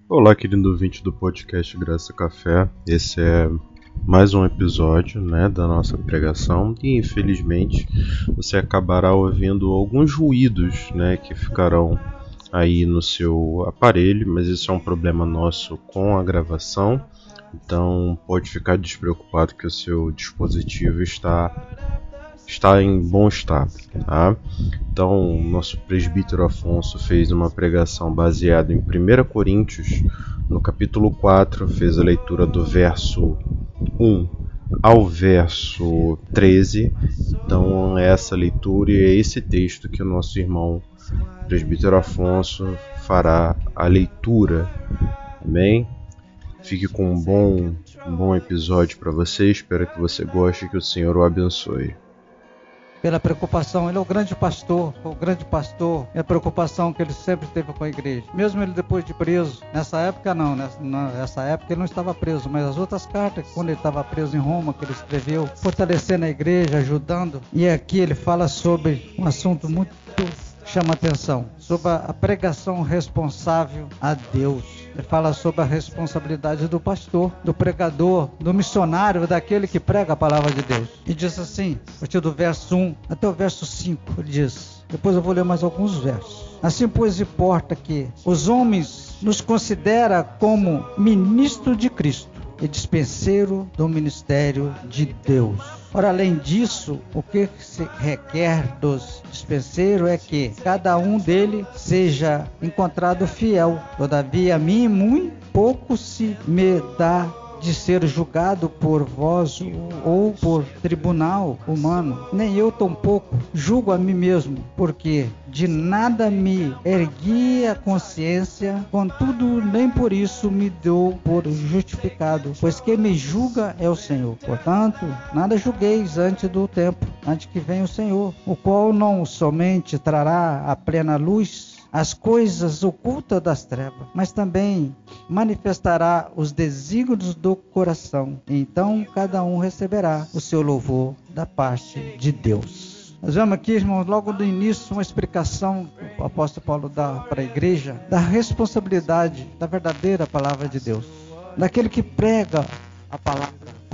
Olá, querido ouvinte do podcast Graça Café. Esse é mais um episódio, da nossa pregação e infelizmente você acabará ouvindo alguns ruídos, que ficarão aí no seu aparelho, mas isso é um problema nosso com a gravação. Então pode ficar despreocupado que o seu dispositivo está em bom estado, tá? Então, nosso presbítero Afonso fez uma pregação baseada em 1 Coríntios, no capítulo 4, fez a leitura do verso 1 ao verso 13. Então, é essa leitura e é esse texto que o nosso irmão presbítero Afonso fará a leitura. Amém? Fique com um bom episódio para você. Espero que você goste e que o Senhor o abençoe. Pela preocupação, ele é o grande pastor, e a preocupação que ele sempre teve com a igreja. Mesmo ele depois de preso, nessa época ele não estava preso, mas as outras cartas, quando ele estava preso em Roma, que ele escreveu, fortalecendo a igreja, ajudando. E aqui ele fala sobre um assunto muito chama atenção, sobre a pregação responsável a Deus. Ele fala sobre a responsabilidade do pastor, do pregador, do missionário, daquele que prega a palavra de Deus. E diz assim, a partir do verso 1 até o verso 5, ele diz, depois eu vou ler mais alguns versos. Assim, pois, importa que os homens nos consideram como ministro de Cristo e dispenseiro do ministério de Deus. Ora, além disso, o que se requer dos dispenseiros é que cada um deles seja encontrado fiel. Todavia, a mim muito pouco se me dá de ser julgado por vós ou por tribunal humano, nem eu tampouco julgo a mim mesmo, porque de nada me ergui a consciência, contudo nem por isso me dou por justificado, pois quem me julga é o Senhor. Portanto, nada julgueis antes do tempo, antes que venha o Senhor, o qual não somente trará a plena luz as coisas ocultas das trevas, mas também manifestará os desígnios do coração. Então cada um receberá o seu louvor da parte de Deus. Nós vemos aqui, irmãos, logo no início, uma explicação que o apóstolo Paulo dá para a igreja da responsabilidade da verdadeira palavra de Deus, daquele que prega a palavra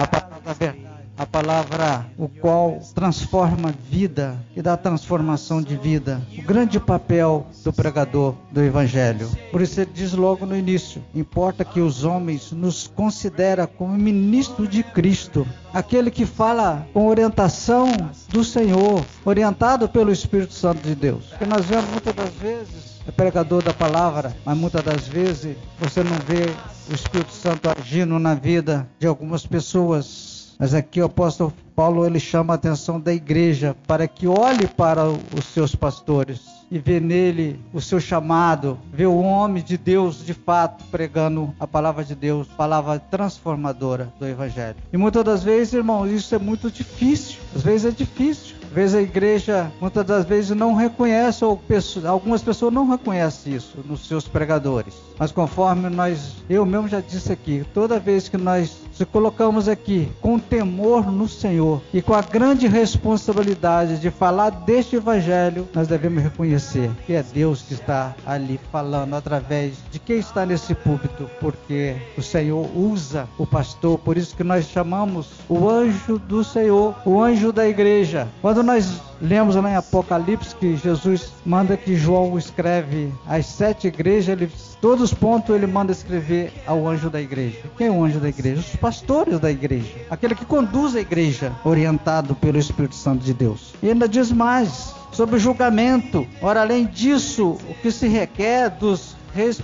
da verdade, a palavra o qual transforma vida e dá transformação de vida, o grande papel do pregador do evangelho. Por isso ele diz logo no início, importa que os homens nos considerem como ministro de Cristo, aquele que fala com orientação do Senhor, orientado pelo Espírito Santo de Deus. Porque nós vemos muitas das vezes é pregador da palavra, mas muitas das vezes você não vê o Espírito Santo agindo na vida de algumas pessoas. Mas aqui o apóstolo Paulo ele chama a atenção da igreja para que olhe para os seus pastores e vê nele o seu chamado, vê o homem de Deus de fato pregando a palavra de Deus, palavra transformadora do evangelho. E muitas das vezes, irmãos, isso é muito difícil, às vezes é difícil. Às vezes a igreja, muitas das vezes, não reconhece, ou algumas pessoas não reconhecem isso nos seus pregadores. Mas conforme eu mesmo já disse aqui, toda vez que nós se colocamos aqui com temor no Senhor e com a grande responsabilidade de falar deste evangelho, nós devemos reconhecer que é Deus que está ali falando através de quem está nesse púlpito, porque o Senhor usa o pastor, por isso que nós chamamos o anjo do Senhor, o anjo da igreja. Quando nós lemos lá em Apocalipse que Jesus manda que João escreve as 7 igrejas, todos os pontos ele manda escrever ao anjo da igreja. Quem é o anjo da igreja? Os pastores da igreja, aquele que conduz a igreja, orientado pelo Espírito Santo de Deus. E ainda diz mais sobre o julgamento. Ora, além disso, o que se requer dos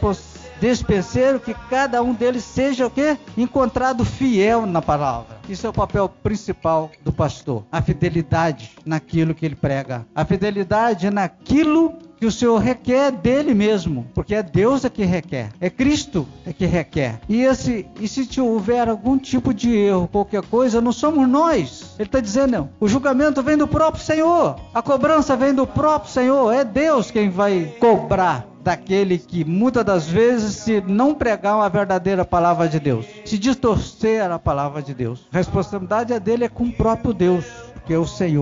dispenseiros, que cada um deles seja o quê? Encontrado fiel na palavra. Isso é o papel principal do pastor. A fidelidade naquilo que ele prega. A fidelidade naquilo que o Senhor requer dele mesmo, porque é Deus que requer, é Cristo que requer. E se houver algum tipo de erro, qualquer coisa, não somos nós. Ele está dizendo, não, o julgamento vem do próprio Senhor, a cobrança vem do próprio Senhor, é Deus quem vai cobrar daquele que muitas das vezes, se não pregar uma verdadeira palavra de Deus, se distorcer a palavra de Deus, a responsabilidade dele é com o próprio Deus, porque o Senhor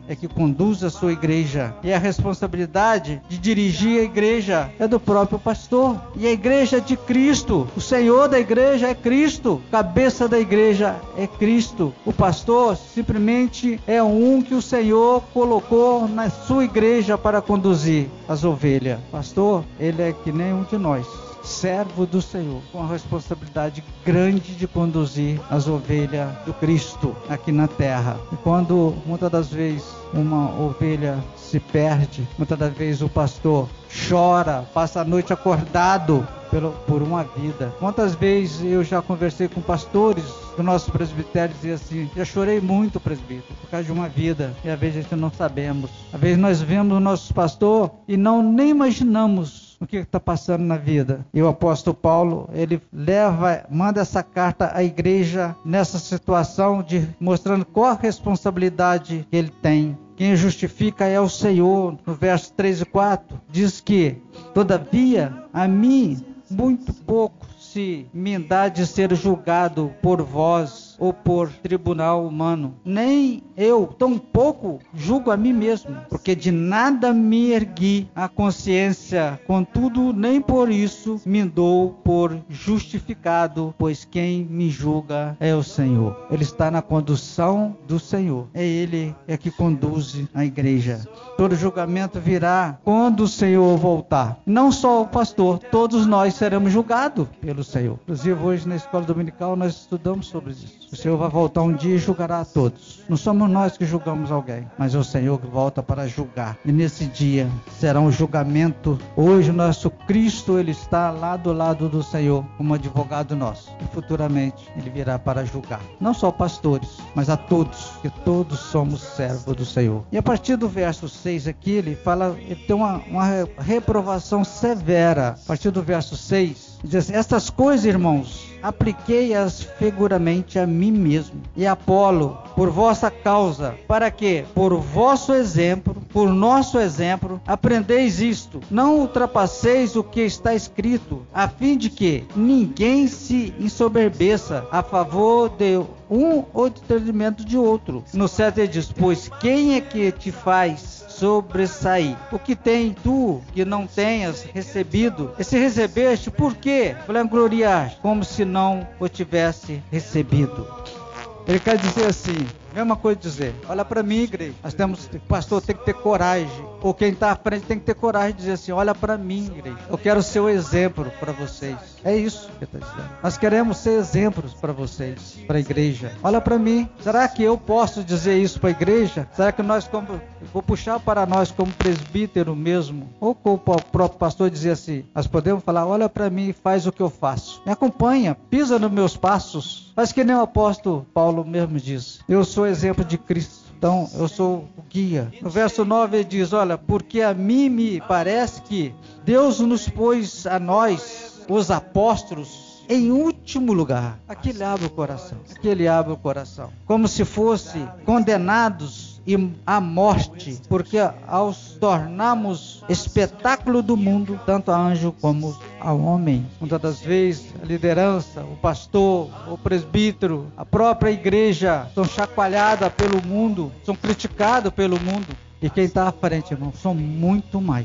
é que conduz a sua igreja. E a responsabilidade de dirigir a igreja é do próprio pastor. E a igreja é de Cristo. O Senhor da igreja é Cristo. Cabeça da igreja é Cristo. O pastor simplesmente é um que o Senhor colocou na sua igreja para conduzir as ovelhas. Pastor, ele é que nem um de nós, servo do Senhor, com a responsabilidade grande de conduzir as ovelhas do Cristo aqui na terra. E quando muitas das vezes uma ovelha se perde, muitas das vezes o pastor chora, passa a noite acordado por uma vida. Quantas vezes eu já conversei com pastores do nosso presbitério e dizia assim: já chorei muito, presbítero, por causa de uma vida, e às vezes a gente não sabemos. Às vezes nós vemos o nosso pastor e nem imaginamos o que está passando na vida. E o apóstolo Paulo, ele manda essa carta à igreja nessa situação, mostrando qual a responsabilidade que ele tem. Quem justifica é o Senhor. No verso 3 e 4 diz que: todavia a mim muito pouco se me dá de ser julgado por vós ou por tribunal humano. Nem eu, tão pouco, julgo a mim mesmo, porque de nada me ergui a consciência, contudo, nem por isso me dou por justificado, pois quem me julga é o Senhor. Ele está na condução do Senhor. É Ele que conduz a igreja. Todo julgamento virá quando o Senhor voltar. Não só o pastor, todos nós seremos julgados pelo Senhor. Inclusive, hoje na escola dominical nós estudamos sobre isso. O Senhor vai voltar um dia e julgará a todos. Não somos nós que julgamos alguém, mas é o Senhor que volta para julgar. E nesse dia será um julgamento. Hoje o nosso Cristo, ele está lá do lado do Senhor como advogado nosso. E futuramente ele virá para julgar. Não só pastores, mas a todos, que todos somos servos do Senhor. E a partir do verso 6 aqui, ele tem uma reprovação severa. A partir do verso 6, diz assim: estas coisas, irmãos, apliquei-as figuramente a mim mesmo e a Apolo por vossa causa, para que, por vosso exemplo, por nosso exemplo, aprendeis isto. Não ultrapasseis o que está escrito, a fim de que ninguém se ensoberbeça a favor de um ou de detrimento de outro. No 7 ele diz: pois quem é que te faz sobressair? O que tem tu que não tenhas recebido? E se recebeste, por quê vangloriar como se não o tivesse recebido? Ele quer dizer assim, mesma coisa dizer: olha para mim, igreja. O pastor tem que ter coragem, ou quem está à frente tem que ter coragem de dizer assim: olha para mim, igreja, eu quero ser o exemplo para vocês. É isso que ele está dizendo. Nós queremos ser exemplos para vocês, para a igreja. Olha para mim. Será que eu posso dizer isso para a igreja? Será que vou puxar para nós como presbítero mesmo, ou como o próprio pastor dizer assim, nós podemos falar: olha para mim e faz o que eu faço, me acompanha, pisa nos meus passos, faz que nem o apóstolo Paulo mesmo diz: eu sou exemplo de Cristo. Então, eu sou o guia. No verso 9 ele diz: olha, porque a mim me parece que Deus nos pôs a nós, os apóstolos, em último lugar. Aqui ele abre o coração. Aqui ele abre o coração. Como se fosse condenados à morte, porque ao tornarmos espetáculo do mundo, tanto a anjo como ao homem. Muitas das vezes a liderança, o pastor, o presbítero, a própria igreja são chacoalhadas pelo mundo, são criticados pelo mundo. E quem está à frente, irmão, são muito mais,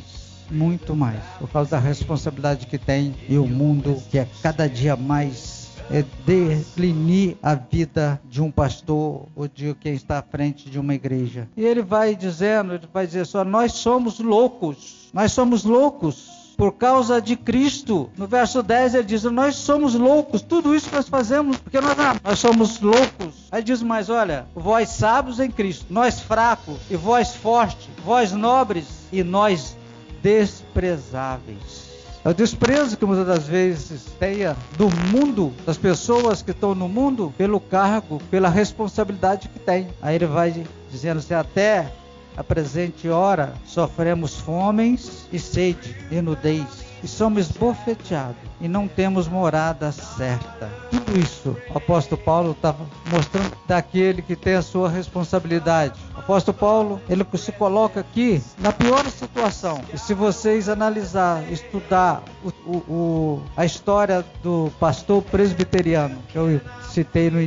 por causa da responsabilidade que tem, e o mundo que é cada dia mais declinir a vida de um pastor ou de quem está à frente de uma igreja. E ele vai dizer só: nós somos loucos por causa de Cristo. No verso 10 ele diz: nós somos loucos, tudo isso nós fazemos porque nós somos loucos. Aí diz mais: olha, vós sábios em Cristo, nós fracos, e vós fortes, vós nobres, e nós desprezáveis. É o desprezo que muitas das vezes tenha do mundo, das pessoas que estão no mundo, pelo cargo, pela responsabilidade que tem. Aí ele vai dizendo assim: até a presente hora sofremos fomes e sede e nudez, e somos esbofeteados, e não temos morada certa. Tudo isso o apóstolo Paulo estava mostrando daquele que tem a sua responsabilidade. O apóstolo Paulo, ele se coloca aqui na pior situação. E se vocês analisar, estudar a história do pastor presbiteriano que eu citei no início,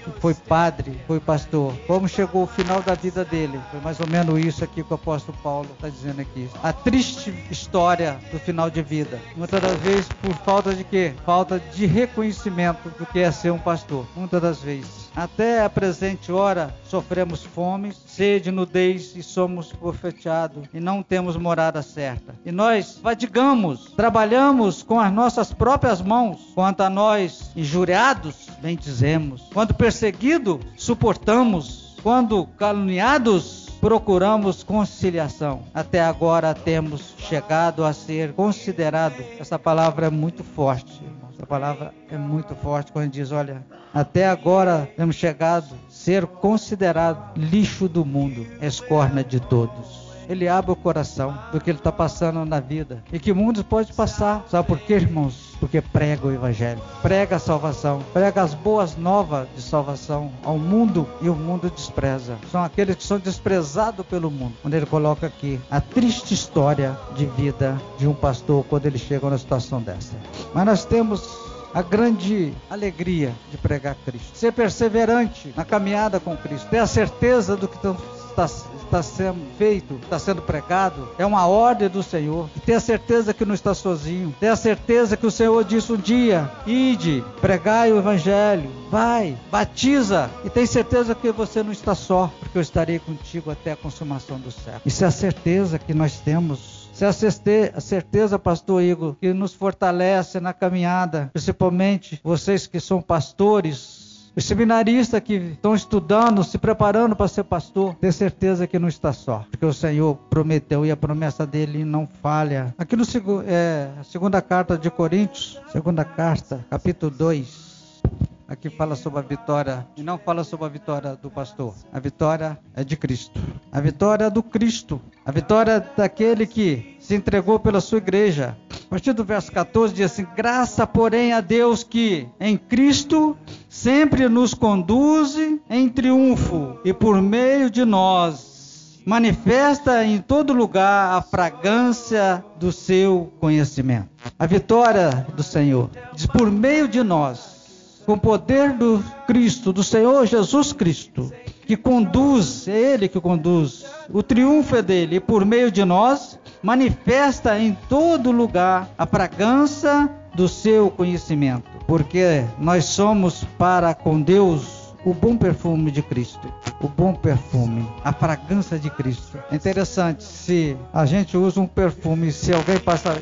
foi padre, foi pastor. Como chegou o final da vida dele. Foi mais ou menos isso aqui que o apóstolo Paulo está dizendo aqui. A triste história do final de vida. Muitas das vezes por falta de quê? Falta de reconhecimento do que é ser um pastor. Muitas das vezes. Até a presente hora sofremos fome, sede, nudez e somos bofeteados e não temos morada certa. E nós fadigamos, trabalhamos com as nossas próprias mãos. Quanto a nós injuriados, bem dizemos. Quando perseguidos, suportamos. Quando caluniados, procuramos conciliação. Até agora temos chegado a ser considerado. Essa palavra é muito forte. Essa palavra é muito forte quando diz, olha, até agora temos chegado a ser considerado lixo do mundo, escórnia de todos. Ele abre o coração do que ele está passando na vida. E que muitos pode passar. Sabe por quê, irmãos? Porque prega o evangelho, prega a salvação, prega as boas novas de salvação ao mundo e o mundo despreza. São aqueles que são desprezados pelo mundo. Quando ele coloca aqui a triste história de vida de um pastor quando ele chega numa situação dessa. Mas nós temos a grande alegria de pregar Cristo. Ser perseverante na caminhada com Cristo. Ter a certeza do que está sendo feito, está sendo pregado, é uma ordem do Senhor. E ter a certeza que não está sozinho. Ter a certeza que o Senhor disse um dia, ide, pregai o evangelho, vai, batiza. E tem certeza que você não está só, porque eu estarei contigo até a consumação do século. Isso é a certeza que nós temos. Isso é a certeza, pastor Igor, que nos fortalece na caminhada, principalmente vocês que são pastores, os seminaristas que estão estudando, se preparando para ser pastor, ter certeza que não está só, porque o Senhor prometeu e a promessa dele não falha. Aqui no segunda carta de Coríntios, segunda carta, capítulo 2, aqui fala sobre a vitória, e não fala sobre a vitória do pastor. A vitória é de Cristo. A vitória é do Cristo. A vitória daquele que se entregou pela sua igreja. A partir do verso 14 diz assim, graça porém a Deus que em Cristo sempre nos conduz em triunfo e por meio de nós manifesta em todo lugar a fragrância do seu conhecimento. A vitória do Senhor diz por meio de nós, com o poder do Cristo, do Senhor Jesus Cristo, que conduz, é Ele que conduz, o triunfo é dele, e por meio de nós, manifesta em todo lugar a fragrância do seu conhecimento, porque nós somos para com Deus o bom perfume de Cristo, o bom perfume, a fragrância de Cristo. É interessante, se a gente usa um perfume, se alguém passar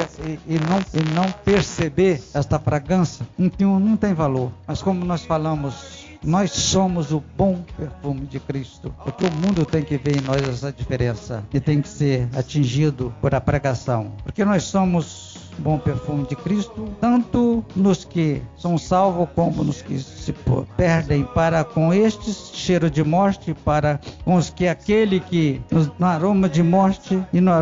e não perceber esta fragrância, não tem valor. Mas como nós falamos, nós somos o bom perfume de Cristo, porque o mundo tem que ver em nós essa diferença e tem que ser atingido por a pregação, porque nós somos bom perfume de Cristo, tanto nos que são salvos como nos que se perdem, para com estes cheiro de morte, para com os que aquele que no aroma de morte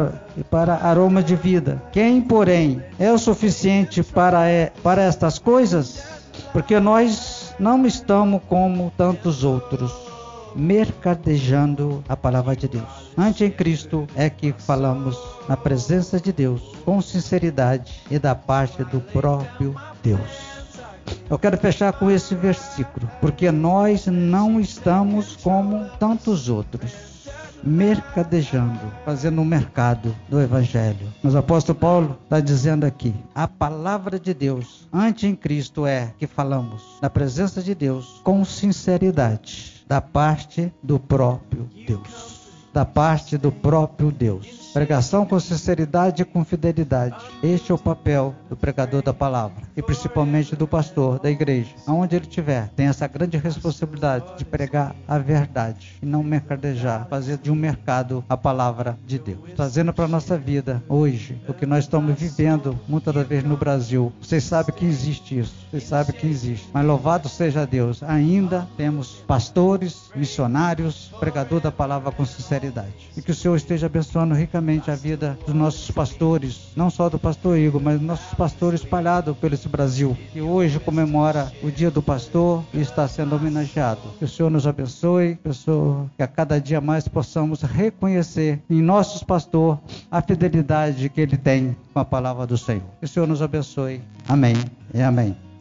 e para aroma de vida. Quem, porém, é o suficiente para estas coisas? Porque nós não estamos como tantos outros, mercadejando a palavra de Deus. Antes em Cristo é que falamos na presença de Deus, com sinceridade e da parte do próprio Deus. Eu quero fechar com esse versículo, porque nós não estamos como tantos outros, mercadejando, fazendo um mercado do Evangelho. Mas o apóstolo Paulo está dizendo aqui, a palavra de Deus, antes em Cristo é que falamos na presença de Deus, com sinceridade, da parte do próprio Deus. Da parte do próprio Deus. Pregação com sinceridade e com fidelidade. Este é o papel do pregador da palavra. E principalmente do pastor da igreja. Aonde ele estiver, tem essa grande responsabilidade de pregar a verdade. E não mercadejar, fazer de um mercado a palavra de Deus. Trazendo para a nossa vida hoje, o que nós estamos vivendo muitas das vezes no Brasil. Vocês sabem que existe isso. Vocês sabem que existe. Mas louvado seja Deus. Ainda temos pastores, missionários, pregador da palavra com sinceridade. E que o Senhor esteja abençoando ricamente a vida dos nossos pastores, não só do pastor Igor, mas dos nossos pastores espalhados pelo esse Brasil, que hoje comemora o dia do pastor e está sendo homenageado. Que o Senhor nos abençoe, que a cada dia mais possamos reconhecer em nossos pastores a fidelidade que ele tem com a palavra do Senhor. Que o Senhor nos abençoe. Amém e amém.